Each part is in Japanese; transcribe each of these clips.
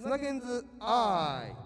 つなげんずアイ。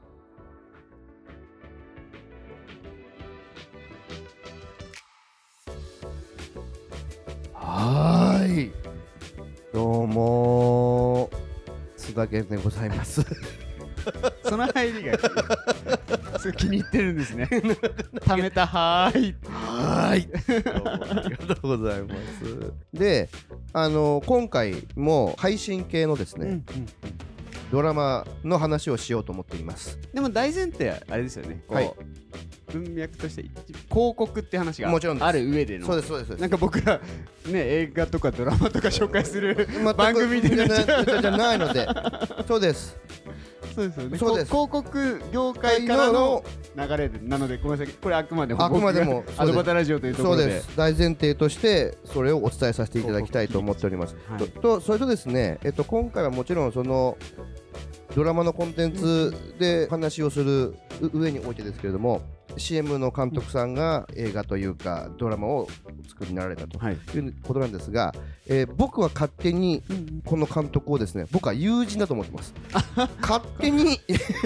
はーい、どうも津田健でございますその入りがそれ気に入ってるんですねためたはーいはーいどうもありがとうございますで、今回も配信系のですね、ドラマの話をしようと思っています。 でも大前提あれですよね、こう、 はい、 文脈として広告って話がもちろんです。 ある上での、 そうですそうですそうです。 なんか僕らね映画とかドラマとか紹介する番組でじゃないのでそうです。 そうですよね。 そうです。 広告業界からの流れでなので、ごめんなさい、これあくまでもアドバタラジオというところで、 そうです。大前提としてそれをお伝えさせていただきたいと思っております。 はい、 それとですね、今回はもちろんそのドラマのコンテンツで話をする上においてですけれども、CM の監督さんが映画というかドラマをお作りになられたということなんですが、僕は勝手にこの監督をですね、僕は友人だと思ってます。勝手に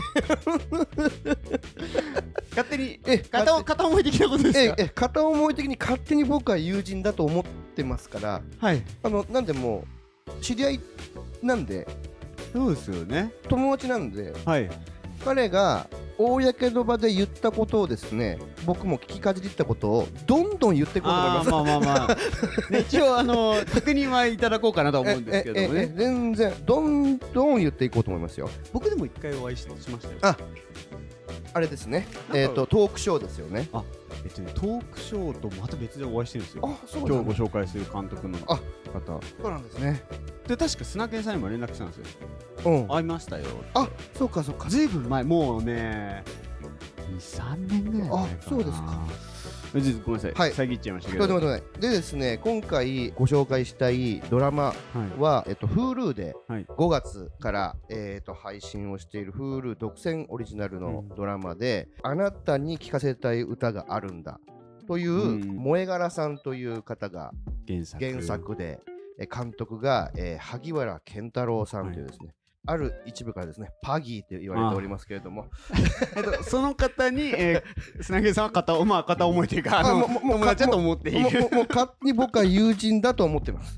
片思い的なことですか？ 片思い的に勝手に僕は友人だと思ってますから、 はい、 なんでもう知り合いなんで、 そうですよね、 友達なんで、 はい、 彼が公の場で言ったことをですね、僕も聞きかじりったことをどんどん言っていこうと思います。 まあね、一応確認はいただこうかなと思うんですけどもね。 全然どんどん言っていこうと思いますよ。 僕でも一回お会いしましたよ。 あれですね、トークショーですよね。 トークショーとまた別でお会いしてるんですよ。 そう今日ご紹介する監督の方。 そうなんですね。 で、確か砂犬さんにも連絡したんですよ。会いましたよ。 そうかそうか。 ずいぶん前、もうね2、3年ぐらい前かな。 そうですか。 ごめんなさい、 はい、 遮っちゃいましたけど。 でですね、今回ご紹介したいドラマは、Hulu で5月から、配信をしている Hulu 独占オリジナルのドラマで、あなたに聴かせたい歌があるんだという、萌え柄さんという方が原作で、監督が、萩原健太郎さんというですね、ある一部からですね、パギーと言われておりますけれどもその方に、砂毛さんは片思いというか、友達だと思っている。 もう勝手に僕は友人だと思ってます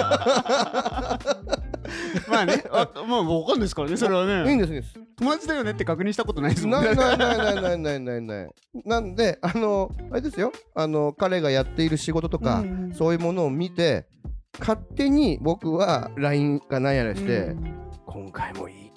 まあね、まあ分かんないですからね、それはね。いいんです、友達だよねって確認したことないですもんね。 ない。なんで、あれですよ、彼がやっている仕事とか、そういうものを見て、勝手に僕は LINE か何やらして、今回もいい。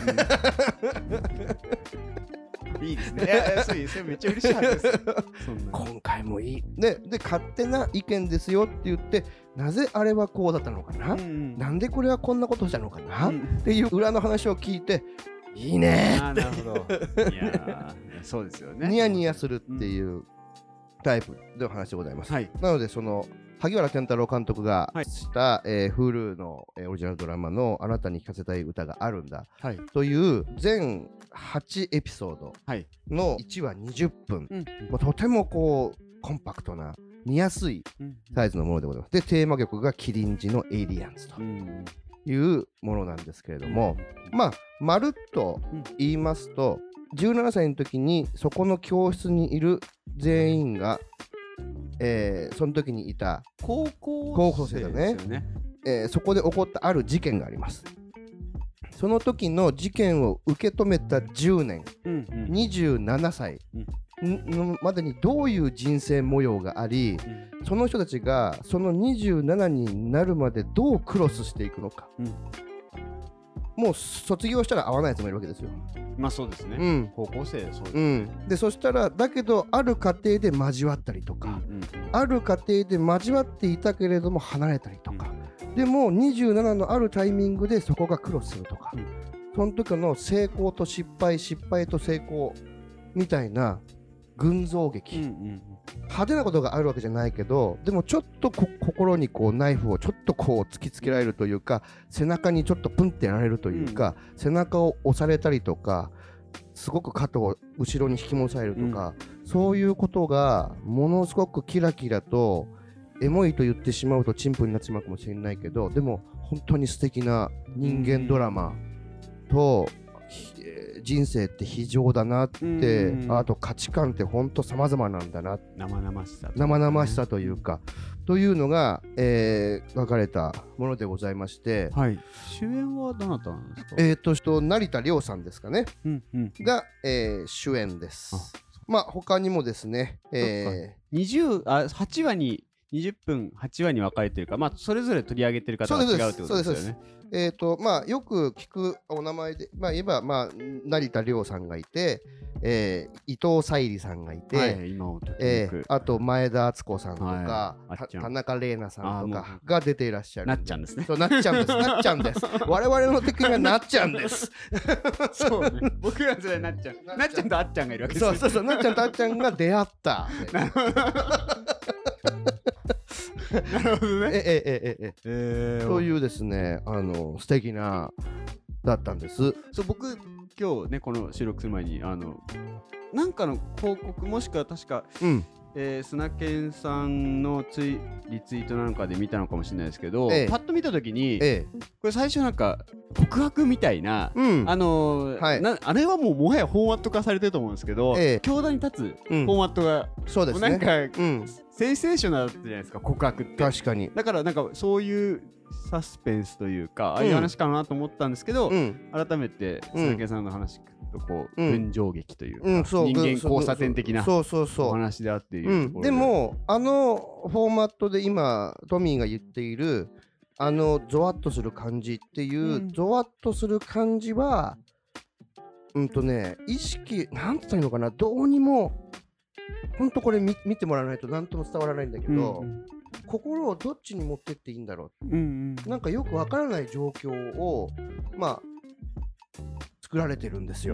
いいですね。それめっちゃ嬉しいはずです。 今回もいい。で、勝手な意見ですよって言って、なぜあれはこうだったのかな、なんでこれはこんなことしたのかな、っていう裏の話を聞いて、いいねーって。なるほど。いや、 そうですよね。 ニヤニヤするっていうタイプの話でございます。なので、その萩原健太郎監督がした、Hulu の、オリジナルドラマのあなたに聴かせたい歌があるんだ、という全8エピソードの1話20分、とてもこうコンパクトな見やすいサイズのものでございます。で、テーマ曲がキリンジのエイリアンズというものなんですけれども、まるっと言いますと、17歳の時にそこの教室にいる全員がその時にいた高校生だね、そこで起こったある事件があります。その時の事件を受け止めた10年、27歳までにどういう人生模様があり、その人たちがその27になるまでどうクロスしていくのか、もう卒業したら会わないやつもいるわけですよ。 まあそうですね、高校生そうですね、 でそしたらだけどある家庭で交わったりとか、ある家庭で交わっていたけれども離れたりとか、でも27のあるタイミングでそこがクロスするとか、その時の成功と失敗、失敗と成功みたいな群像劇、派手なことがあるわけじゃないけど、でもちょっと心にこうナイフをちょっとこう突きつけられるというか、背中にちょっとプンってやられるというか、背中を押されたりとか、すごく肩を後ろに引き戻されるとか、そういうことがものすごくキラキラとエモいと言ってしまうと陳腐になってしまうかもしれないけど、でも本当に素敵な人間ドラマと人生って非常だなって、あと価値観ってほんと様々なんだな、 生々しさ、 生々しさというか、というのが、書かれたものでございまして、 はい、主演はどなたなんですか？ 成田凌さんですかね、が、主演です。まあ他にもですね、 8話に20分8話に分かれてるか、まあそれぞれ取り上げてる方が違うってことですよね。 まあよく聞くお名前で、まあ言えば、まあ成田凌さんがいて、伊藤沙莉さんがいて、あと前田敦子さんとか、田中玲奈さんとかが出ていらっしゃる。 なっちゃんですね。 そう、なっちゃんです。なっちゃんです。我々の敵がなっちゃんです。 そうね。僕らの世代なっちゃん。なっちゃんとあっちゃんがいるわけです。 そう、なっちゃんとあっちゃんが出会った。 なるほどね。 そういうですね、素敵なだったんです。 そう、僕今日ねこの収録する前になんかの広告もしくは確か、砂犬さんのリツイートなんかで見たのかもしれないですけど、パッと見たときに、これ最初なんか告白みたいな、あれはもはやフォーマット化されてると思うんですけど、教壇に立つフォーマットが、 そうですね、 なんか、センセーショナルじゃないですか、告白って。 確かに。 だからなんかそういうサスペンスというか、ああいう話かなと思ったんですけど、改めて砂犬さんの話とこう群青劇というか、人間交差点的なお話であっていうところで、 でもフォーマットで今トミーが言っているゾワッとする感じっていう、ゾワッとする感じは意識なんて言ったらいいのかな、どうにもほんとこれ見てもらわないと何とも伝わらないんだけど、心をどっちに持ってっていいんだろう、なんかよくわからない状況を作られてるんですよ。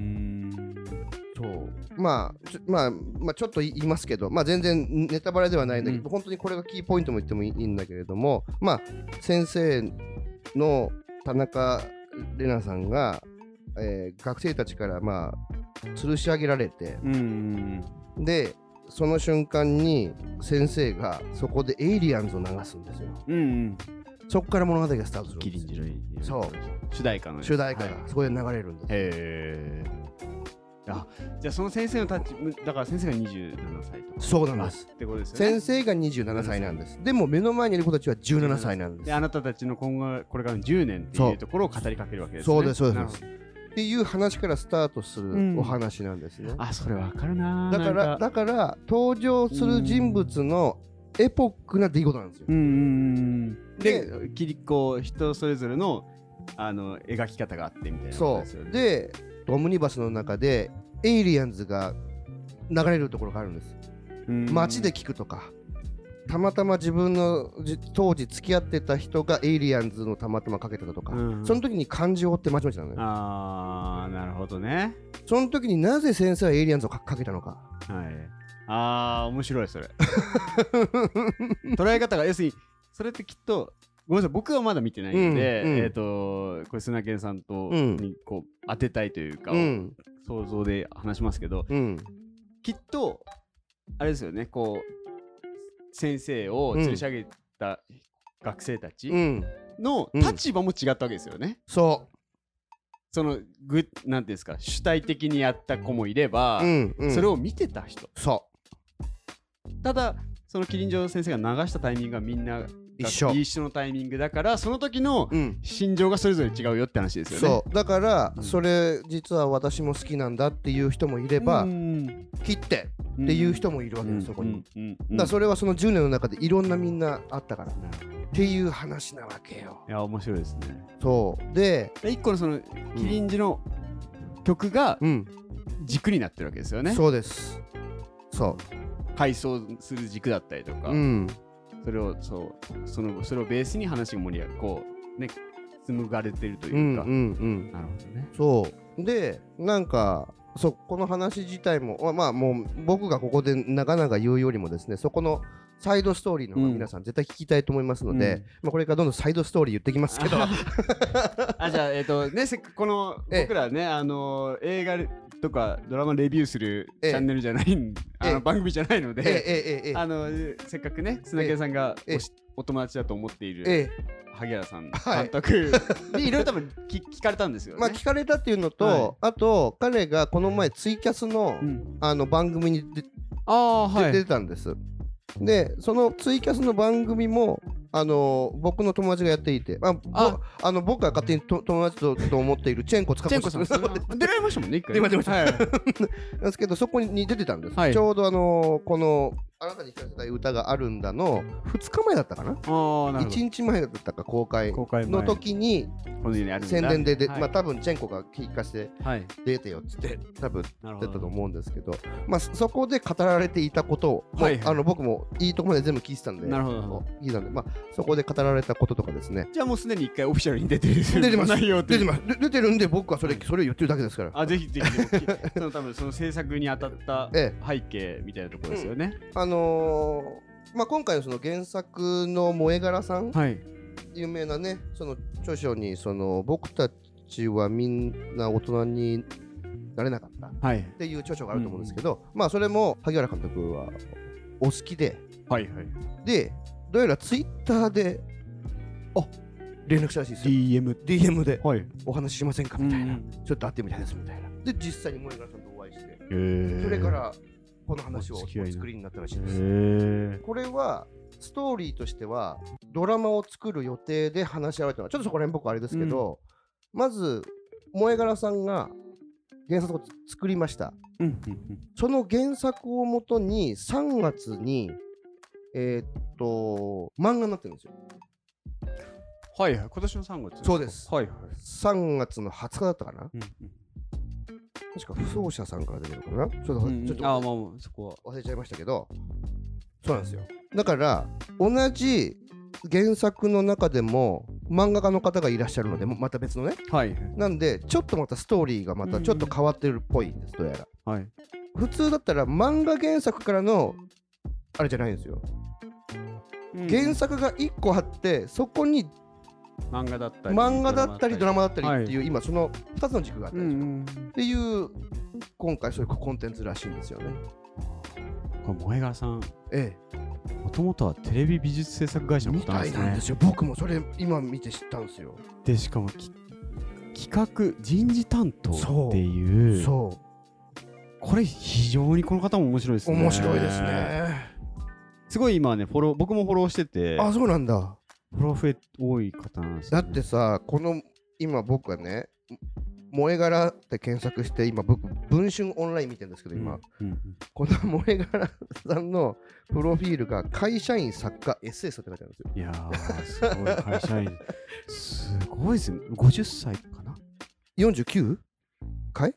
そうまあちょっと言いますけど、全然ネタバレではないんだけど、本当にこれがキーポイントも言ってもいいんだけれども、先生の田中玲奈さんが、学生たちから吊るし上げられて、でその瞬間に先生がそこでエイリアンズを流すんですよ。そこから物語がスタートするんです。 キリンジのそう主題歌がそこで流れるんです。 じゃあその先生のタッチだから先生が27歳とか。 そうなんです。 ってことですよね。 先生が27歳なんです。でも目の前にいる子たちは17歳なんです。 であなたたちの今後これからの10年っていうところを語りかけるわけですね。 そうですそうです。っていう話からスタートするお話なんですね。 それわかるな。 だから登場する人物のエポックな出来事なんですよ。 で人それぞれの描き方があってみたいな。 そうでオムニバスの中でエイリアンズが流れるところがあるんです。街で聞くとか、たまたま自分の当時付き合ってた人がエイリアンズのたまたまかけてたとか、その時に漢字を追ってまちまちなのよ。 なるほどね。 その時になぜ先生はエイリアンズをかけたのか。 面白いそれ。捉え方が要するにそれってきっとごめんなさい、僕はまだ見てないので、これ砂犬さんとにこう当てたいというか、想像で話しますけど、きっとあれですよね、こう先生を吊り上げた学生たちの立場も違ったわけですよね。そのなんていうんですか、主体的にやった子もいれば、それを見てた人。ただそのキリンジョ先生が流したタイミングがみんな一緒のタイミングだから、その時の心情がそれぞれ違うよって話ですよね。そうだから、それ実は私も好きなんだっていう人もいれば、切ってっていう人もいるわけです、そこに。だからそれはその10年の中でいろんなみんなあったからっていう話なわけよ。いや面白いですね。そうで一個のそのキリンジの曲が軸になってるわけですよね。そうです。そう回想する軸だったりとか、それをベースに話が盛り上がる、こうね、紡がれてるというか。なるほどね。そうでなんかこの話自体ももう僕がここで長々言うよりもですね、そこのサイドストーリーの方が皆さん絶対聞きたいと思いますので、これからどんどんサイドストーリー言ってきますけどじゃあこの僕らね映画とかドラマレビューするチャンネルじゃない番組じゃないので、せっかくね砂毛さんがお友達だと思っている萩原さん監督にいろいろ多分聞かれたんですよね。 まあ聞かれたっていうのと、あと彼がこの前ツイキャスの番組に出てたんです。でそのツイキャスの番組も僕の友達がやっていて、僕が勝手に友達と思っているチェンコ使ってました。 出られましたもんね、一回。 出ました。ですけど、そこに出てたんです。ちょうどこのあなたに聞かせたい歌があるんだの2日前だったかな、1日前だったか公開の時に宣伝で多分チェンコが聞かせて出てよっつって多分出たと思うんですけど、そこで語られていたことを僕もいいとこまで全部聞いてたんで、そこで語られたこととかですね。 じゃあもうすでに一回オフィシャルに出てる出てるんで、僕はそれを言ってるだけですから。 ぜひぜひ多分その制作にあたった背景みたいなところですよね。 今回のその原作の萌え柄さん、有名なねその著書に僕たちはみんな大人になれなかったっていう著書があると思うんですけど、それも萩原監督はお好きで、でどうやらツイッターで連絡したらしいですよ。DM でお話ししませんかみたいな、ちょっと会ってみたいですみたいな。で実際に萌え柄さんとお会いして、それからこの話をお作りになったらしいです。これはストーリーとしてはドラマを作る予定で話し合われたのはちょっとそこら辺僕あれですけど、まず萌え柄さんが原作を作りました。その原作をもとに3月に漫画になってるんですよ。 今年の3月。 そうです。3月の20日だったかな。確か不走者さんから出てるかな。ちょっとそこは忘れちゃいましたけど、そうなんですよ。だから同じ原作の中でも漫画家の方がいらっしゃるので、また別のね、なんでちょっとまたストーリーがまたちょっと変わってるっぽいんです。どうやら普通だったら漫画原作からのあれじゃないんですよ。原作が1個あってそこに漫画だったりドラマだったりっていう、今その2つの軸があったんですよ。っていう今回そういうコンテンツらしいんですよね。 これ萌え柄さん、もともとはテレビ美術制作会社の方なんですね。みたいなんですよ。僕もそれ今見て知ったんですよ。 でしかも企画人事担当っていう、これ非常にこの方も面白いですね。 面白いですね。 すごい今ね僕もフォローしてて。 あ、そうなんだ。 フォロー多い方なんですよ、 だってさ、今僕はね萌え柄って検索して今僕文春オンライン見てるんですけど、今、この萌え柄さんのプロフィールが会社員作家 SS って書いてあるんですよ。 いやーすごい会社員すごいですね。50歳かな 49? かい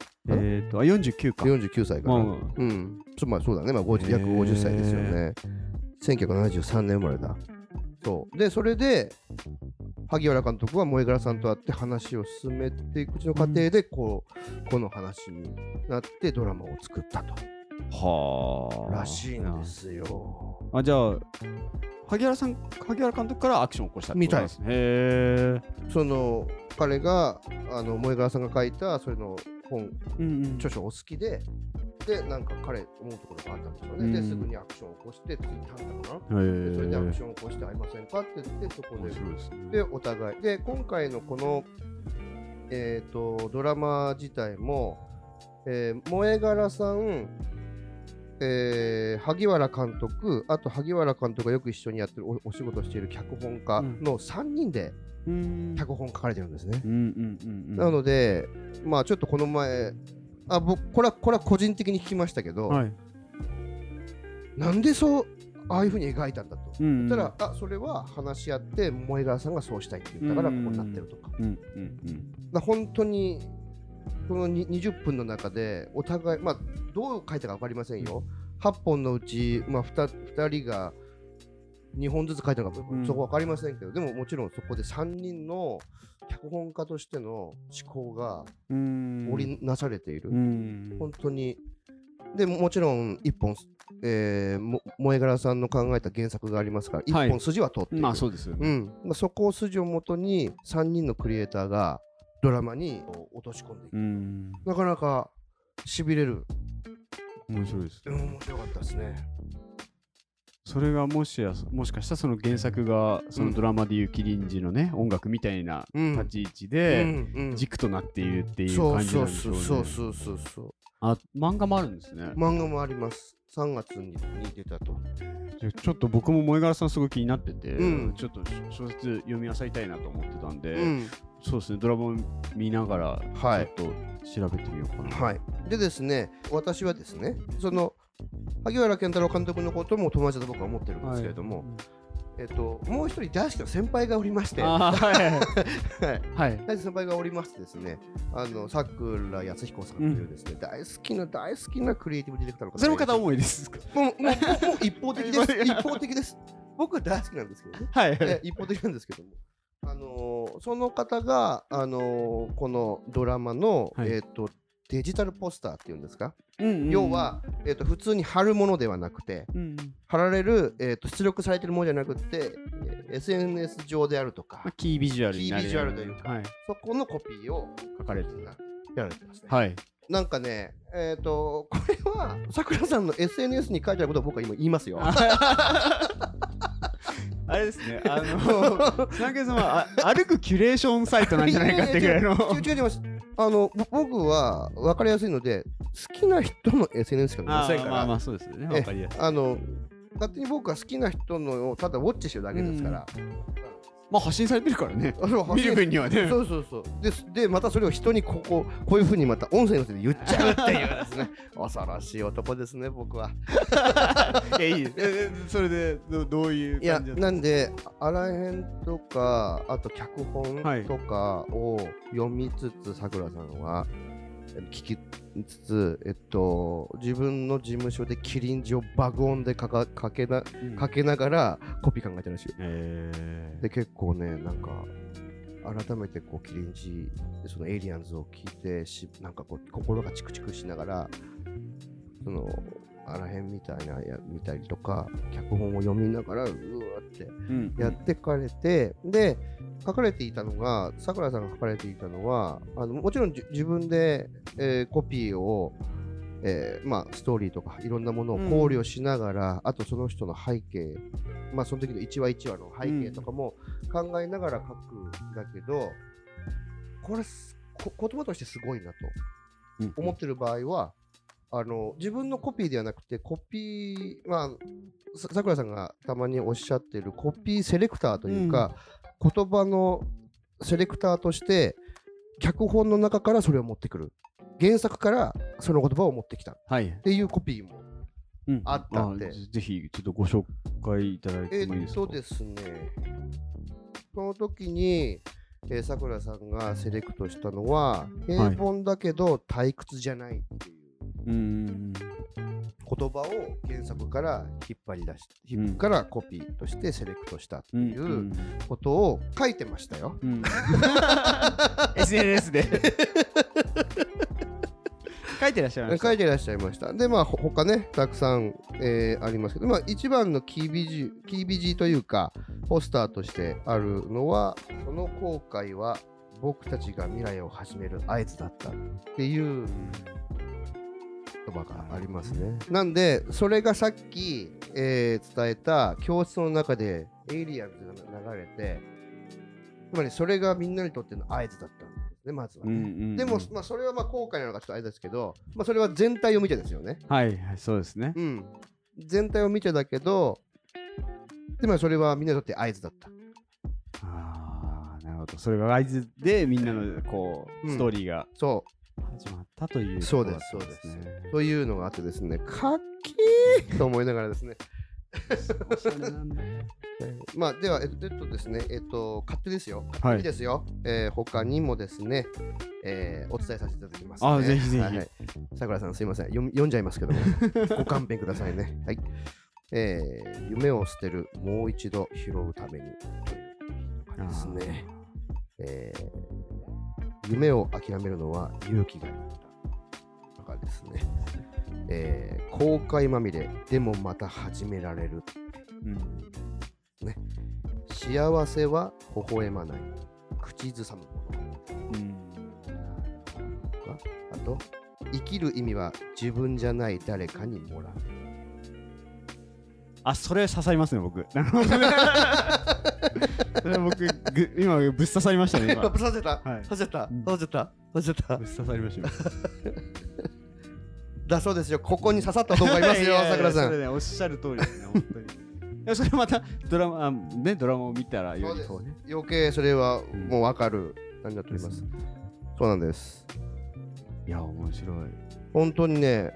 49か。 49歳かな。そうだね、約50歳ですよね。1973年生まれだ。でそれで萩原監督は萌え柄さんと会って話を進めていくうちの過程でこの話になってドラマを作ったとらしいんですよ。 じゃあ萩原監督からアクションを起こしたってことですね。 その彼が萌え柄さんが書いたそれの本、著書お好きでなんか彼思うところがあったんでしょうね。ですぐにアクションを起こしてツイッターだかな。それでアクションを起こして会いませんかって言ってそこでお互いで今回のこのドラマ自体も萌え柄さん、萩原監督、あと萩原監督がよく一緒にやってるお仕事している脚本家の3人で脚本書かれてるんですね。なのでちょっとこの前これは個人的に聞きましたけど、なんでああいうふうに描いたんだと言ったら、それは話し合って萌え柄さんがそうしたいって言ったからここになってるとか。本当にこの20分の中でお互いどう書いたか分かりませんよ。8本のうち2人が2本ずつ書いたのかそこ分かりませんけど、でももちろんそこで3人の脚本家としての思考が織りなされている。本当にでもちろん1本、萌え柄さんの考えた原作がありますから1本筋は通っている。 そうですよね。 そこを筋をもとに3人のクリエイターがドラマに落とし込んでいく。なかなかしびれる。 面白いです。 面白かったですね。 それがもしかしたらその原作がそのドラマでいうキリンジのね、音楽みたいな立ち位置で軸となっているっていう感じなんでしょうね。 そう。 漫画もあるんですね。 漫画もあります。3月に出たと。 ちょっと僕も萌柄さんすごい気になってて、ちょっと小説読み漁りたいなと思ってたんで、そうですね、ドラマを見ながらちょっと調べてみようかな。 はい。でですね、私はですね、その萩原健太郎監督のことも友達だと僕は思ってるんですけれども、もう一人大好きな先輩がおりまして、先輩がおりましてですね、桜康彦さんというですね、大好きなクリエイティブディレクターの方。 その方思いですか？ もう一方的です。一方的です。僕は大好きなんですけどね。一方的なんですけども、その方がこのドラマのデジタルポスターっていうんですか、要は、普通に貼るものではなくて、貼られる、出力されてるものじゃなくて、SNS 上であるとか、 キービジュアルになる。 キービジュアルというか、そこのコピーを書かれてやられてますね。なんかね、これは桜さんの SNS に書いてあることを僕は今言いますよ。 あれですね、砂毛さんは歩くキュレーションサイトなんじゃないかってぐらいの。 違います。僕は分かりやすいので、好きな人の SNS しか見ませんから。 まあそうですよね、分かりやすい。 勝手に僕は好きな人のをただウォッチしてるだけですから。 まあ発信されてるからね。見る分にはね。 そう。で、またそれを人にこういうふうにまた音声のせいで言っちゃうっていうですね。恐ろしい男ですね、僕は。 いい。それでどういう感じ？ なんで、あらへんとか、あと脚本とかを読みつつ、さくらさんは聞きつつ、自分の事務所でキリンジを爆音でかけながらコピー考えてるらしいよ。で結構ね、なんか改めてキリンジそのエイリアンズを聞いてなんか心がチクチクしながら、そのあらへんみたいな見たりとか、脚本を読みながらうわってやってかれて、で書かれていたのが、さくらさんが書かれていたのは、もちろん自分で、コピーを、ストーリーとかいろんなものを考慮しながら、あとその人の背景、その時の一話一話の背景とかも考えながら書くんだけど、これ言葉としてすごいなと思ってる場合は、自分のコピーではなくて、コピー、さくらさんがたまにおっしゃってるコピーセレクターというか、言葉のセレクターとして脚本の中からそれを持ってくる、原作からその言葉を持ってきたっていうコピーもあったんで、 ぜひちょっとご紹介いただいてもいいですか？ ですね、その時にさくらさんがセレクトしたのは、平凡だけど退屈じゃないっていう言葉を原作から引っ張り出して、からコピーとしてセレクトしたっていうことを書いてましたよ。 SNS で書いてらっしゃいました。 書いてらっしゃいました。で、他ね、たくさん、ありますけど、一番のキービジというか、ポスターとしてあるのは、その後悔は僕たちが未来を始める合図だったっていう言葉がありますね。なんで、それがさっき、伝えた教室の中でエイリアンズが流れて、つまりそれがみんなにとっての合図だったんですね、まずはね。でも、それは後悔なのかちょっとあれですけど、それは全体を見てですよね。 はい、そうですね。 全体を見てだけど、でもそれはみんなにとって合図だった。 なるほど。それが合図でみんなのストーリーが始まったという、 そうです。というのがあってですね、かっけーと思いながらですね。では、ですね、勝手ですよ。勝手にですよ。他にもですね、お伝えさせていただきます、ね。 ぜひぜひ。さくらさん、すいません。読んじゃいますけども、ご勘弁くださいね。はい。夢を捨てる、もう一度拾うために。というですね。夢を諦めるのは勇気がいる。とかですね。後悔まみれ、でもまた始められる。ね、幸せは微笑まない、口ずさむもの。あと、 生きる意味は自分じゃない誰かにもらう。 あ、それ刺さりますね、僕。なるほどね。それ僕、今ぶっ刺さりましたね。 ぶっ刺せた、刺せた、刺せた、刺せた。 ぶっ刺さりました。 だそうですよ。ここに刺さった動画いますよ、さくらさん。 それね、おっしゃる通りですね、本当に。それまたドラマを見たらよりこうね。 余計それはもう分かる感じになっております。そうなんです。 いや、面白い。 本当にね、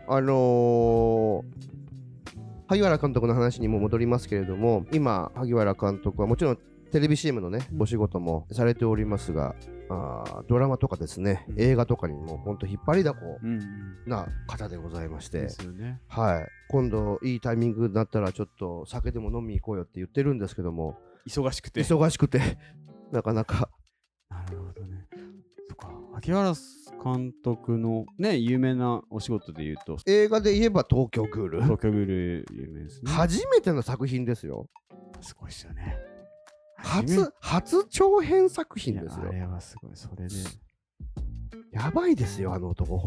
萩原監督の話にも戻りますけれども、今、萩原監督はもちろんテレビ CM のね、お仕事もされておりますが、ドラマとかですね、映画とかにも本当引っ張りだこな方でございまして、はい、今度いいタイミングになったらちょっと酒でも飲みに行こうよって言ってるんですけども、 忙しくてなかなか。 なるほどね。そっか、萩原監督のね、有名なお仕事で言うと、 映画で言えば東京グール。 東京グール有名ですね。 初めての作品ですよ。 すごいですよね。 初長編作品ですよ。 あれはすごい。それでやばいですよ、あの男。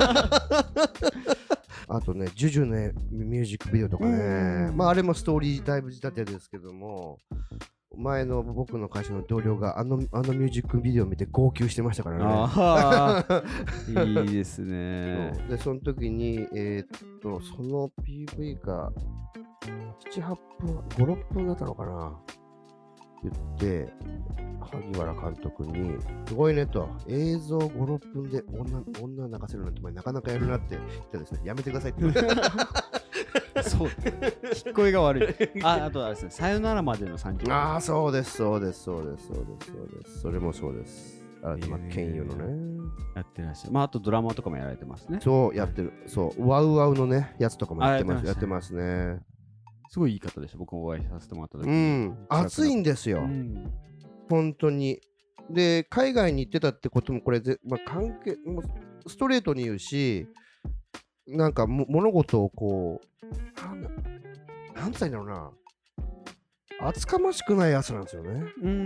あとね、ジュジュのミュージックビデオとかね、まああれもストーリーだいぶ仕立てですけども、前の僕の会社の同僚があのミュージックビデオを見て号泣してましたからね。いいですね。 で、その時に、その PV が7、8分、5、6分だったのかな言って、萩原監督に、すごいねと、映像5、6分で女泣かせるなんてなかなかやるなって言ってですね、やめてくださいって言って。 そう。聞こえが悪い。あとはですね、さよならまでの3時間。 ああ、そうです。それもそうです。剣佑のね。 やってらっしゃる。まあ、あとドラマとかもやられてますね。 そう、やってる。そう、ワウワウのね、やつとかもやってますね。 すごいいい方でした。僕もお会いさせてもらった時に。熱いんですよ。本当に。で、海外に行ってたってことも、これ、関係、ストレートに言うし、なんか物事をこう、なんつうんだろうな、厚かましくないやつなんですよね。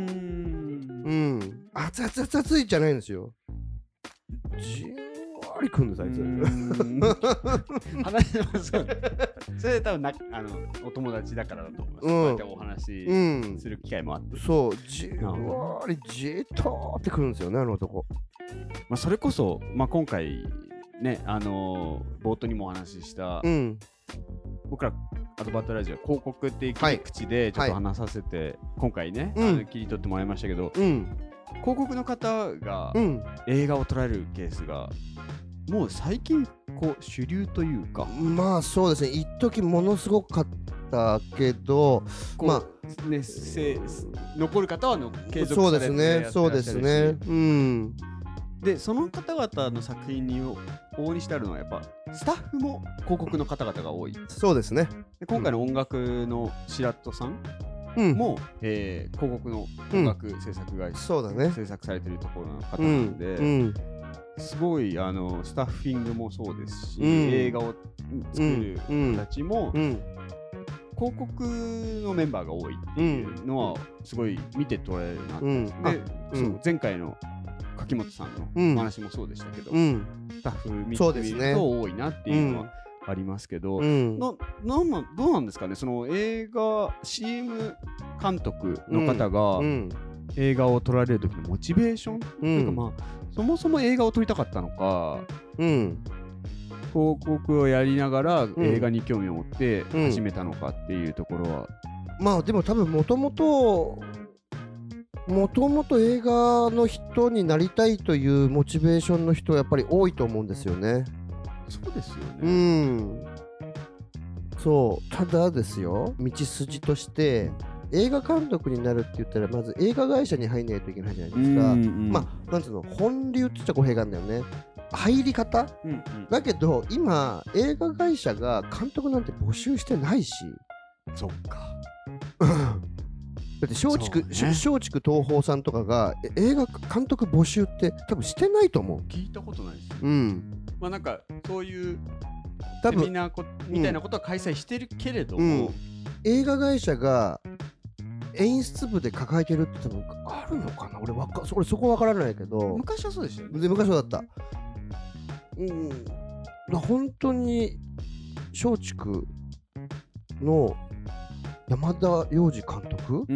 熱いじゃないんですよ。じんわりくんです、あいつ。 話してます。それ多分お友達だからだと思います。こうやってお話しする機会もあって。 そう、じんわりじーっとってくるんですよね、あの男。 それこそ、今回、ね、冒頭にもお話しした、僕らアドバタラジオ広告っていう切り口でちょっと話させて、今回ね、切り取ってもらいましたけど、広告の方が映画を捉えるケースがもう最近こう主流というか、 まあそうですね、一時ものすごかったけど、まあ残る方は継続されてそうですね、そうですね。 でその方々の作品に往々にしてあるのはやっぱスタッフも広告の方々が多い。 そうですね。 で今回の音楽の白戸さんも、広告の音楽制作会社、 そうだね、 制作されているところの方なんで、すごいスタッフィングもそうですし、映画を作る人たちも、広告のメンバーが多いっていうのはすごい見て取れるなって、で前回の柿本さんのお話もそうでしたけど、スタッフ見てみると多いなっていうのはありますけど、どうなんですかね、その映画 CM 監督の方が映画を撮られる時のモチベーションというか、そもそも映画を撮りたかったのか、広告をやりながら映画に興味を持って始めたのかっていうところは、 まあでも多分もともと映画の人になりたいというモチベーションの人はやっぱり多いと思うんですよね。 そうですよね。 そう、ただですよ、道筋として映画監督になるって言ったらまず映画会社に入んないといけないじゃないですか。なんつうの、本流って言っちゃ語弊があるんだよね。入り方、だけど今映画会社が監督なんて募集してないし。 そっか。 だって松竹東宝さんとかが映画監督募集って多分してないと思う。 聞いたことないです。なんかそういうセミナーみたいなことは開催してるけれども、 映画会社が演出部で抱えてるって多分あるのかな。俺そこわからないけど、 昔はそうでしたよね。 昔はだった。 本当に松竹の山田洋次監督、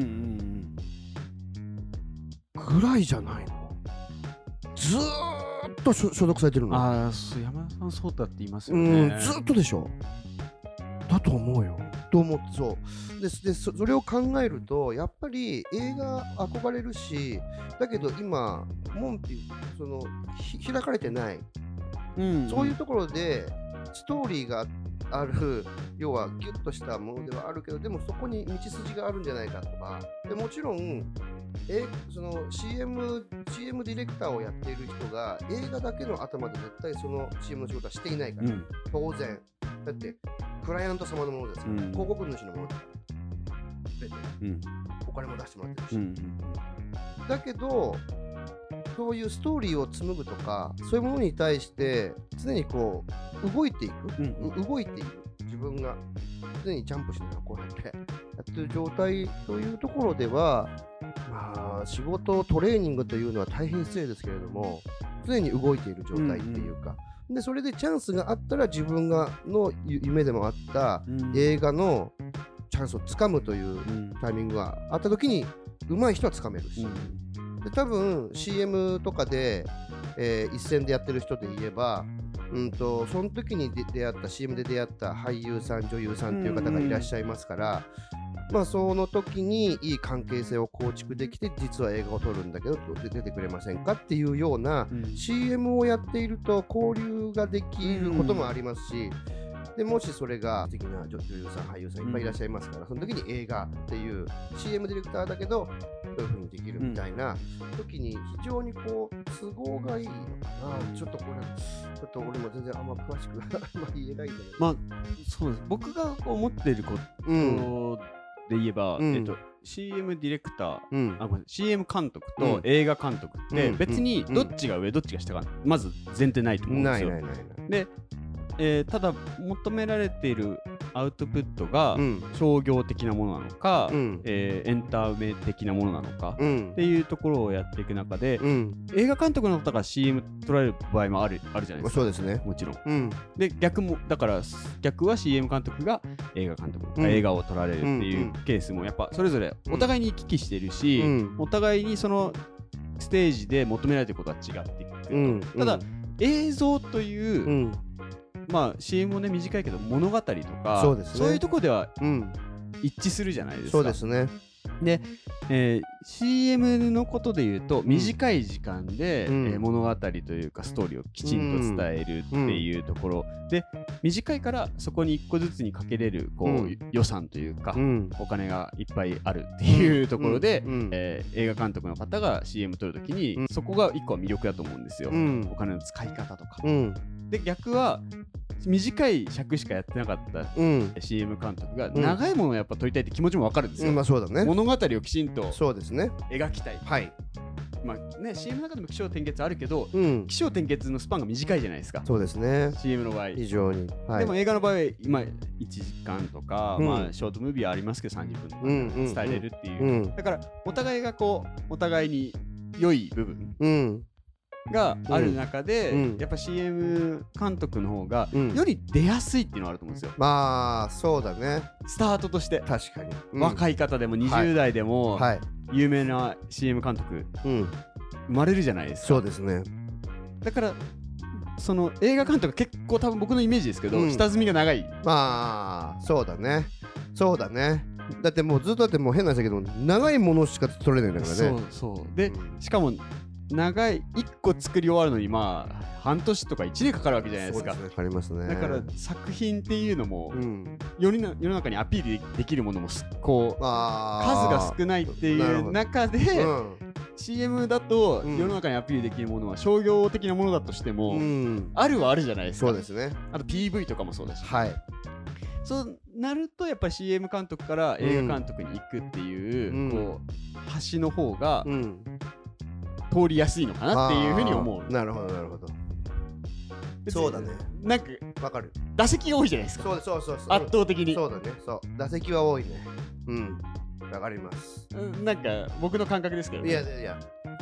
ぐらいじゃないの？ずーっと所属されてるの。 ああ、山田さんそうだって言いますよね。 ずっとでしょ。だと思うよ。と思って、そうでそれを考えると、やっぱり映画憧れるし、だけど今門っていう開かれてない、そういうところでストーリーがある、要はギュッとしたものではあるけど、でもそこに道筋があるんじゃないかとか、でもちろんその CM ディレクターをやっている人が映画だけの頭で絶対その CM の仕事はしていないから、当然だってクライアント様のものですから、広告主のものだから全て、お金も出してもらってるし、だけどそういうストーリーを紡ぐとか、そういうものに対して常にこう動いていく、動いている自分が常にジャンプしながらこうやってやってる状態というところでは、まあ仕事トレーニングというのは大変失礼ですけれども、常に動いている状態っていうか、でそれでチャンスがあったら自分がの夢でもあった映画のチャンスをつかむというタイミングがあった時に上手い人はつかめるし、で多分 CM とかで、一線でやってる人で言えば、その時に出会った CM で出会った俳優さん女優さんっていう方がいらっしゃいますから、まあその時にいい関係性を構築できて、実は映画を撮るんだけど出てくれませんかっていうような CM をやっていると交流ができることもありますし、でもしそれが素敵な女優さん俳優さんいっぱいいらっしゃいますから、その時に映画っていう CM ディレクターだけどそういう風にできるみたいな時に非常にこう都合がいいのかな。ちょっと俺も全然あんま詳しく言えないんだけど、 まあそうです。僕がこう思っていることで言えば、CM ディレクター、CM 監督と映画監督って別にどっちが上どっちが下がまず前提ないと思うんですよ。で、ただ求められているアウトプットが商業的なものなのか、エンタメ的なものなのか、っていうところをやっていく中で、映画監督の方が CM 撮られる場合もあるじゃないですか。 そうですね、 もちろん。で逆は CM 監督が映画監督が映画を撮られるっていうケースもやっぱそれぞれお互いに行き来してるし、お互いにそのステージで求められてることは違ってくると。ただ映像というまあ CM もね短いけど物語とかそういうところでは一致するじゃないですか。 そうですね。 で、CM のことで言うと短い時間で、物語というかストーリーをきちんと伝えるっていうところで、短いからそこに一個ずつにかけれるこう、予算というか、お金がいっぱいあるっていうところで、映画監督の方が CM 撮るときに、そこが一個は魅力だと思うんですよ。お金の使い方とか。で逆は短い尺しかやってなかった、CM 監督が長いものをやっぱ撮りたいって気持ちも分かるんですよ。 そうだね。 物語をきちんと描きたい。 はい。 まあね、CM の中でも起承転結あるけど、起承転結のスパンが短いじゃないですか。 そうですね。 CM の場合。 非常に。 でも映画の場合、今1時間とか、まあショートムービーはありますけど30分とか伝えれるっていう。だからお互いがこうお互いに良い部分。がある中で、やっぱ CM 監督の方がより出やすいっていうのがあると思うんですよ。 まあそうだね。 スタートとして確かに、 若い方でも20代でも有名な CM 監督生まれるじゃないですか。 そうですね。 だからその映画監督結構多分僕のイメージですけど、下積みが長い。 まあそうだね。そうだね。だってもうずっともう変な話だけど長いものしか撮れないんだからね。 そうで、しかも長い1個作り終わるのにまあ半年とか1年かかるわけじゃないですか。 かかりますね。 だから作品っていうのも、世の中にアピールできるものもこう数が少ないっていう中で、CM だと世の中にアピールできるものは商業的なものだとしても、あるはあるじゃないですか。 そうですね。 あと PV とかもそうだし、 そうなるとやっぱり CM 監督から映画監督に行くっていう、こう橋の方が、通りやすいのかなっていうふうに思う。 なるほどなるほど。そうだね。 なんかわかる。 打席が多いじゃないですか。 そう圧倒的に。 そうだね。そう打席は多いね。わかります。 なんか僕の感覚ですけどね。 いや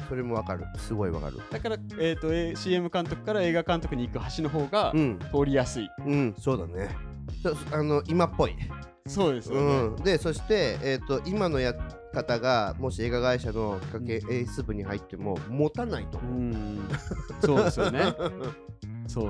それもわかる。すごいわかる。 だから、CM 監督から映画監督に行く橋の方が通りやすい。 そうだね。今っぽい。 そうですよね。で、そして、今の方がもし映画会社の企画演出部に入っても持たないと思う。 そうですよね。そう。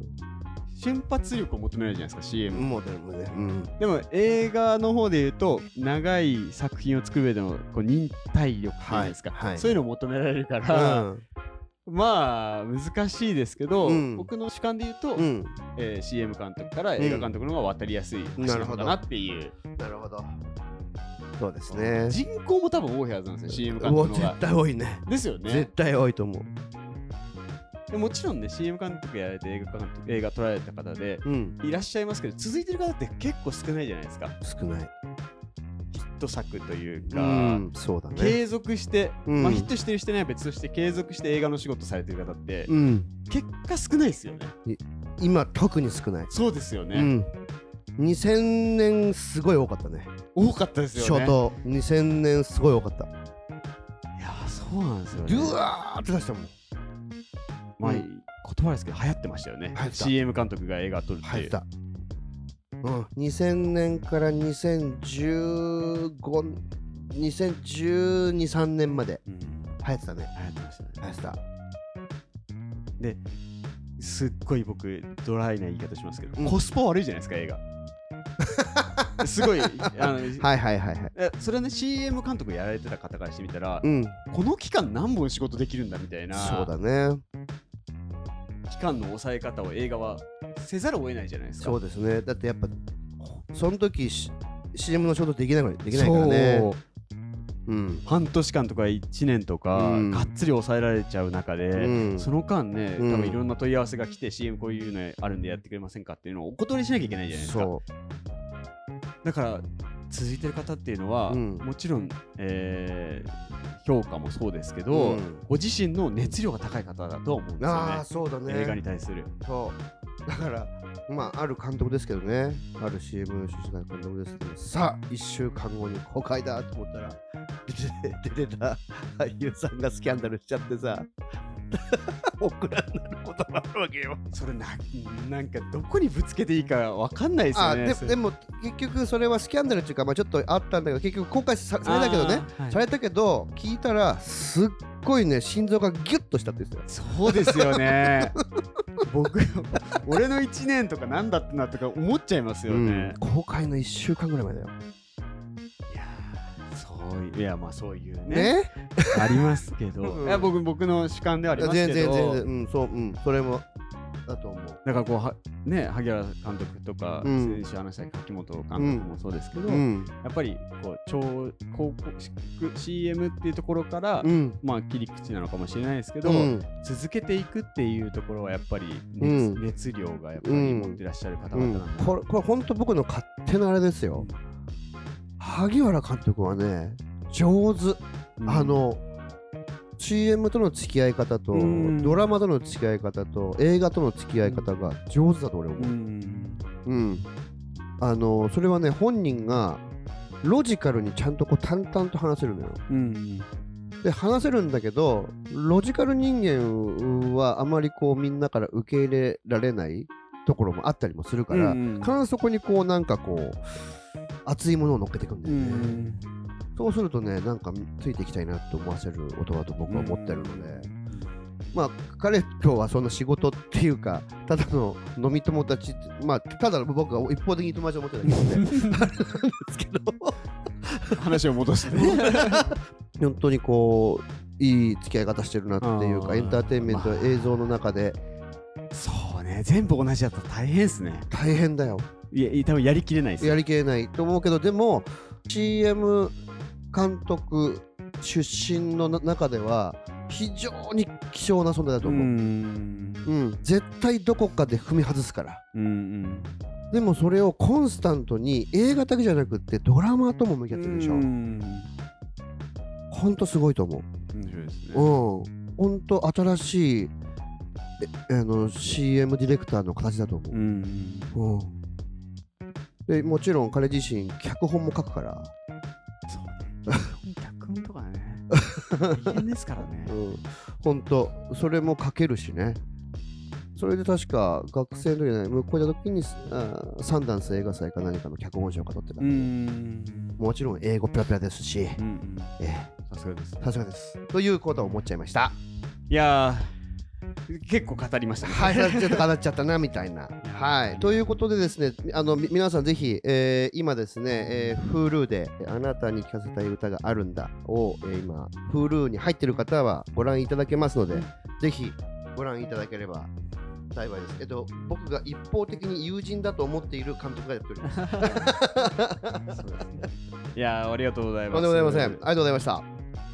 瞬発力を求めるじゃないですか CM。でも映画の方で言うと長い作品を作る上でのこう忍耐力じゃないですか、そういうのを求められるから、まあ難しいですけど、僕の主観で言うと、CM 監督から映画監督の方が渡りやすい橋の方だなっていう。 なるほど。そうですね。 人口も多分多いはずなんですよ CM 監督の方が。 絶対多いね。 ですよね。 絶対多いと思う。 でもちろんね CM 監督やられて映画撮られた方でいらっしゃいますけど、続いてる方って結構少ないじゃないですか。 少ない。 ヒット作というか、 そうだね、 継続して、まあ、ヒットしてるしてないは別として継続して映画の仕事されてる方って、結果少ないですよね。 今特に少ない。 そうですよね、 2000年すごい多かったね。 多かったですよね。 初頭2000年すごい多かった。いやそうなんですよね。 うわーって出したもん。 まあ、言葉ですけど流行ってましたよね。CM 監督が映画撮るっていう。 2000年から2012、3年まで流行ってたね。 流行ってましたね。 流行ってた。 ですっごい僕ドライな言い方しますけど、コスパ悪いじゃないですか映画。すごいそれはね CM 監督やられてた方からしてみたら、この期間何本仕事できるんだみたいな。 そうだね。 期間の抑え方を映画はせざるを得ないじゃないですか。 そうですね。だってやっぱその時 CM の仕事できないからね。 半年間とか1年とかがっつり抑えられちゃう中で、その間ね多分いろんな問い合わせが来て CM こういうのあるんでやってくれませんかっていうのをお断りしなきゃいけないじゃないですか。だから続いてる方っていうのは、もちろん、評価もそうですけど、ご自身の熱量が高い方だと思うんですよね。 そうだね。 映画に対する。 だからまあある監督ですけどね、ある CM 出身の監督ですけど、さあ1週間後に公開だと思ったら出てた俳優さんがスキャンダルしちゃってさオクラになることもあるわけよ。 それなんかどこにぶつけていいかわかんないですよね。 でも結局それはスキャンダルっていうか、まあ、ちょっとあったんだけど結局公開されたけどね、されたけど聞いたらすっごいね心臓がギュッとしたって言ってたよ。 そうですよね。俺の1年とか何だったなとか思っちゃいますよね。 公開の1週間ぐらい前だよ。 いやまあそういうねありますけど、いや僕の主観ではありますけど、 全然それもだと思う。 だからこうね萩原監督とか先週話した柿本監督もそうですけど、やっぱりこう広告 CM っていうところから、まあ切り口なのかもしれないですけど、続けていくっていうところはやっぱり熱量がやっぱり持ってらっしゃる方々なんで、 これ本当僕の勝手なあれですよ。萩原監督はね上手、CM との付き合い方と、ドラマとの付き合い方と映画との付き合い方が上手だと俺思う。それはね本人がロジカルにちゃんとこう淡々と話せるのよ。で話せるんだけどロジカル人間はあまりこうみんなから受け入れられないところもあったりもするから、必ずそこにこうなんかこう熱いものを乗っけていくんだよね。そうするとねなんかついていきたいなと思わせる音だと僕は思ってるので、まあ彼とはその仕事っていうかただの飲み友達、まあただ僕が一方的に友達を持ってたけどねあれなんですけど話を戻してね本当にこういい付き合い方してるなっていうかエンターテインメント映像の中で、 そうね全部同じだったら大変ですね。 大変だよ。 多分やりきれないですよ。 やりきれないと思うけどでも CM 監督出身の中では非常に希少な存在だと思う。絶対どこかで踏み外すから。でもそれをコンスタントに映画だけじゃなくってドラマとも向き合ってるでしょ。ほんとすごいと思う。ほんと新しいCM ディレクターの形だと思う。でもちろん彼自身脚本も書くから。 脚本とかね大変ですからね。 本当それも書けるしね。それで確か学生の時に向こう行った時にサンダンス映画祭か何かの脚本賞を語ってたんで、もちろん英語ペラペラですし、 さすがです。 さすがです。ということを思っちゃいました。 いや結構語りましたね。 はい、ちょっと語っちゃったなみたいな。はい、ということでですね、皆さんぜひ、今ですね、Hulu であなたに聴かせたい歌があるんだを、今 Hulu に入ってる方はご覧いただけますので、ぜひご覧いただければ幸いです。僕が一方的に友人だと思っている監督がやっております。 いやありがとうございます。 とんでもございません。ありがとうございました。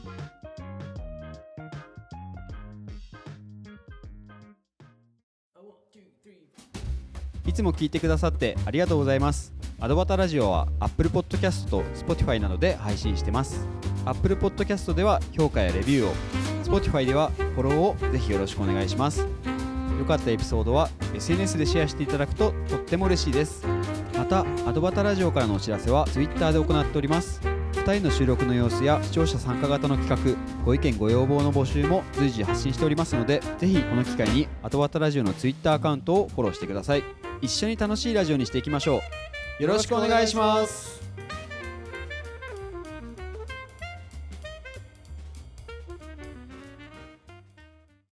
いつも聞いてくださってありがとうございます。アドバタラジオは Apple Podcast と Spotify などで配信してます。Apple Podcast では評価やレビューを、Spotify ではフォローをぜひよろしくお願いします。良かったエピソードは SNS でシェアしていただくととっても嬉しいです。また、アドバタラジオからのお知らせは Twitter で行っております。2人の収録の様子や視聴者参加型の企画、ご意見ご要望の募集も随時発信しておりますので、ぜひこの機会にアドバタラジオの Twitter アカウントをフォローしてください。一緒に楽しいラジオにしていきましょう。よろしくお願いします。